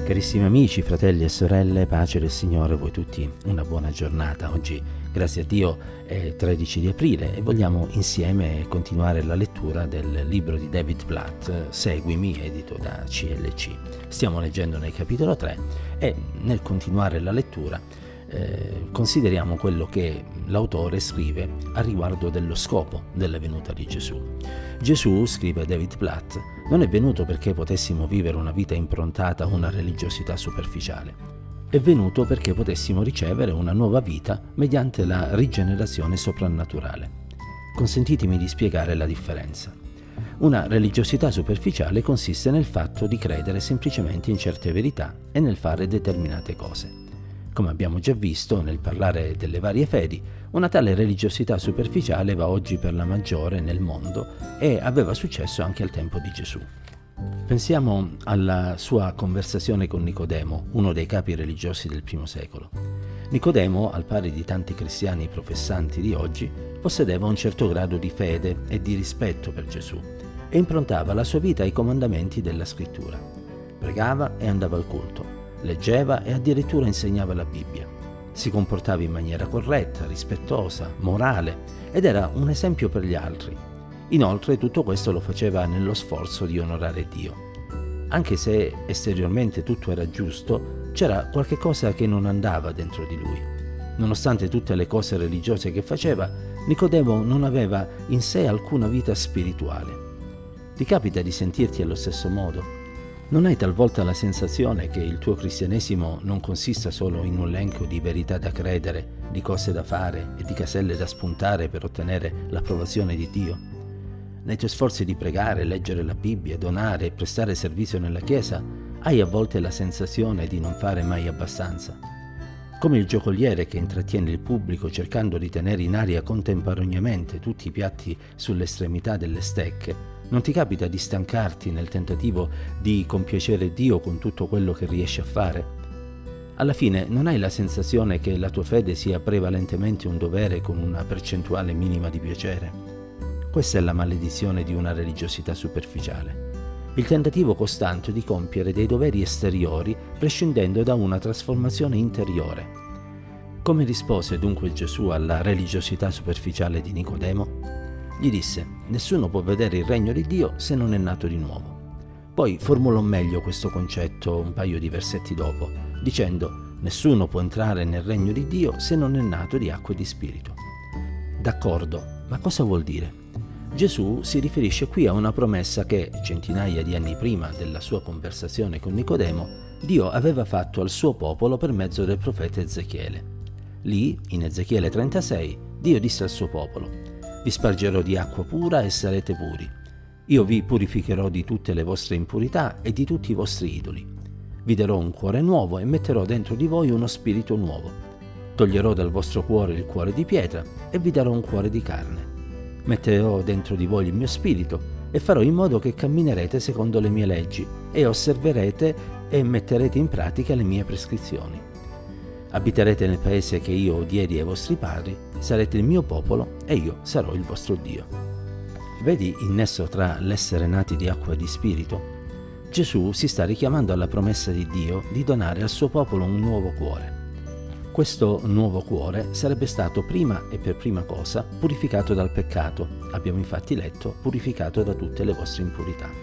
Carissimi amici, fratelli e sorelle, pace del Signore a voi tutti, una buona giornata. Oggi, grazie a Dio, è 13 di aprile e vogliamo insieme continuare la lettura del libro di David Platt, Seguimi, edito da CLC. Stiamo leggendo nel capitolo 3 e nel continuare la lettura consideriamo quello che l'autore scrive a riguardo dello scopo della venuta di Gesù. Gesù, scrive David Platt, non è venuto perché potessimo vivere una vita improntata a una religiosità superficiale. È venuto perché potessimo ricevere una nuova vita mediante la rigenerazione soprannaturale. Consentitemi di spiegare la differenza. Una religiosità superficiale consiste nel fatto di credere semplicemente in certe verità e nel fare determinate cose. Come abbiamo già visto nel parlare delle varie fedi, una tale religiosità superficiale va oggi per la maggiore nel mondo e aveva successo anche al tempo di Gesù. Pensiamo alla sua conversazione con Nicodemo, uno dei capi religiosi del primo secolo. Nicodemo, al pari di tanti cristiani professanti di oggi, possedeva un certo grado di fede e di rispetto per Gesù e improntava la sua vita ai comandamenti della Scrittura. Pregava e andava al culto. Leggeva e addirittura insegnava la Bibbia. Si comportava in maniera corretta, rispettosa, morale ed era un esempio per gli altri. Inoltre tutto questo lo faceva nello sforzo di onorare Dio. Anche se esteriormente tutto era giusto, c'era qualche cosa che non andava dentro di lui. Nonostante tutte le cose religiose che faceva, Nicodemo non aveva in sé alcuna vita spirituale. Ti capita di sentirti allo stesso modo? Non hai talvolta la sensazione che il tuo cristianesimo non consista solo in un elenco di verità da credere, di cose da fare e di caselle da spuntare per ottenere l'approvazione di Dio? Nei tuoi sforzi di pregare, leggere la Bibbia, donare e prestare servizio nella Chiesa, hai a volte la sensazione di non fare mai abbastanza. Come il giocoliere che intrattiene il pubblico cercando di tenere in aria contemporaneamente tutti i piatti sull'estremità delle stecche, non ti capita di stancarti nel tentativo di compiacere Dio con tutto quello che riesci a fare? Alla fine non hai la sensazione che la tua fede sia prevalentemente un dovere con una percentuale minima di piacere? Questa è la maledizione di una religiosità superficiale. Il tentativo costante di compiere dei doveri esteriori prescindendo da una trasformazione interiore. Come rispose dunque Gesù alla religiosità superficiale di Nicodemo? Gli disse: nessuno può vedere il regno di Dio se non è nato di nuovo. Poi formulò meglio questo concetto un paio di versetti dopo, dicendo: nessuno può entrare nel regno di Dio se non è nato di acqua e di spirito. D'accordo, ma cosa vuol dire? Gesù si riferisce qui a una promessa che, centinaia di anni prima della sua conversazione con Nicodemo, Dio aveva fatto al suo popolo per mezzo del profeta Ezechiele. Lì, in Ezechiele 36, Dio disse al suo popolo: vi spargerò di acqua pura e sarete puri. Io vi purificherò di tutte le vostre impurità e di tutti i vostri idoli. Vi darò un cuore nuovo e metterò dentro di voi uno spirito nuovo. Toglierò dal vostro cuore il cuore di pietra e vi darò un cuore di carne. Metterò dentro di voi il mio spirito e farò in modo che camminerete secondo le mie leggi e osserverete e metterete in pratica le mie prescrizioni. Abiterete nel paese che io diedi ai vostri padri, sarete il mio popolo e io sarò il vostro Dio. Vedi il nesso tra l'essere nati di acqua e di spirito? Gesù si sta richiamando alla promessa di Dio di donare al suo popolo un nuovo cuore. Questo nuovo cuore sarebbe stato prima e per prima cosa purificato dal peccato. Abbiamo infatti letto: purificato da tutte le vostre impurità.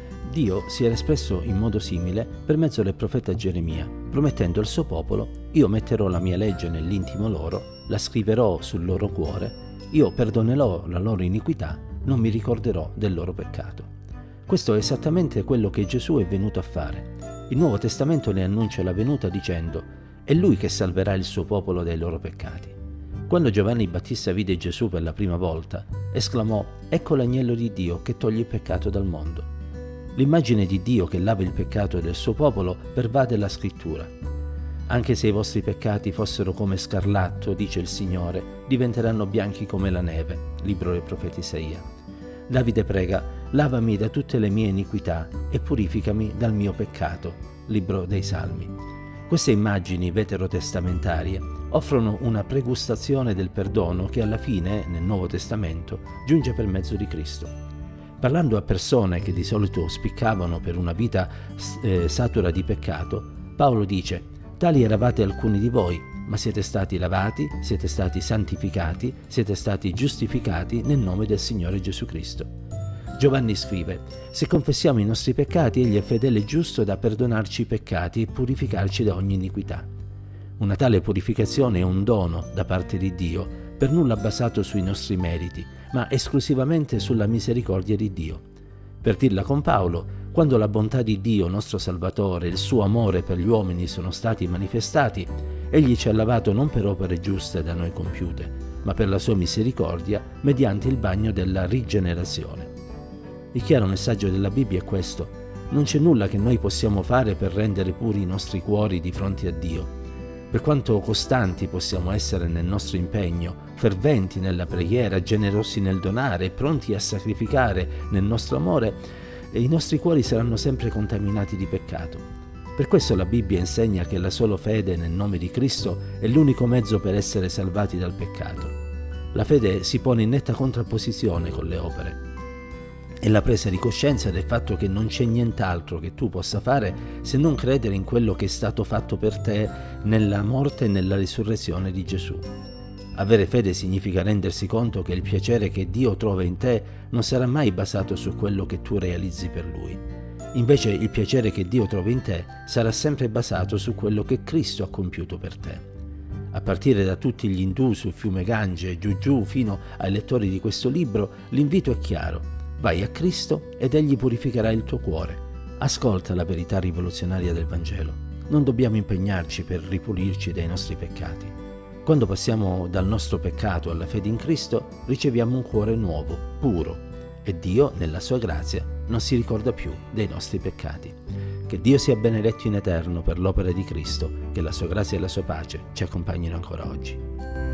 Dio si era espresso in modo simile per mezzo del profeta Geremia, promettendo al suo popolo: io metterò la mia legge nell'intimo loro, la scriverò sul loro cuore, io perdonerò la loro iniquità, non mi ricorderò del loro peccato. Questo è esattamente quello che Gesù è venuto a fare. Il Nuovo Testamento ne annuncia la venuta dicendo: è Lui che salverà il suo popolo dai loro peccati. Quando Giovanni Battista vide Gesù per la prima volta, esclamò: ecco l'agnello di Dio che toglie il peccato dal mondo. L'immagine di Dio che lava il peccato del suo popolo pervade la scrittura. Anche se i vostri peccati fossero come scarlatto, dice il Signore, diventeranno bianchi come la neve. Libro del profeta Isaia. Davide prega: lavami da tutte le mie iniquità e purificami dal mio peccato. Libro dei Salmi. Queste immagini veterotestamentarie offrono una pregustazione del perdono che alla fine, nel Nuovo Testamento, giunge per mezzo di Cristo. Parlando a persone che di solito spiccavano per una vita satura di peccato, Paolo dice: «Tali eravate alcuni di voi, ma siete stati lavati, siete stati santificati, siete stati giustificati nel nome del Signore Gesù Cristo». Giovanni scrive: «Se confessiamo i nostri peccati, Egli è fedele e giusto da perdonarci i peccati e purificarci da ogni iniquità». Una tale purificazione è un dono da parte di Dio, per nulla basato sui nostri meriti, ma esclusivamente sulla misericordia di Dio. Per dirla con Paolo, quando la bontà di Dio, nostro Salvatore, e il suo amore per gli uomini sono stati manifestati, Egli ci ha lavato non per opere giuste da noi compiute, ma per la sua misericordia mediante il bagno della rigenerazione. Il chiaro messaggio della Bibbia è questo: non c'è nulla che noi possiamo fare per rendere puri i nostri cuori di fronte a Dio. Per quanto costanti possiamo essere nel nostro impegno, ferventi nella preghiera, generosi nel donare e pronti a sacrificare nel nostro amore, i nostri cuori saranno sempre contaminati di peccato. Per questo la Bibbia insegna che la sola fede nel nome di Cristo è l'unico mezzo per essere salvati dal peccato. La fede si pone in netta contrapposizione con le opere. È la presa di coscienza del fatto che non c'è nient'altro che tu possa fare se non credere in quello che è stato fatto per te nella morte e nella risurrezione di Gesù. Avere fede significa rendersi conto che il piacere che Dio trova in te non sarà mai basato su quello che tu realizzi per Lui. Invece il piacere che Dio trova in te sarà sempre basato su quello che Cristo ha compiuto per te. A partire da tutti gli indù sul fiume Gange e giù fino ai lettori di questo libro, l'invito è chiaro: vai a Cristo ed Egli purificherà il tuo cuore. Ascolta la verità rivoluzionaria del Vangelo. Non dobbiamo impegnarci per ripulirci dai nostri peccati. Quando passiamo dal nostro peccato alla fede in Cristo, riceviamo un cuore nuovo, puro, e Dio, nella sua grazia, non si ricorda più dei nostri peccati. Che Dio sia benedetto in eterno per l'opera di Cristo, che la sua grazia e la sua pace ci accompagnino ancora oggi.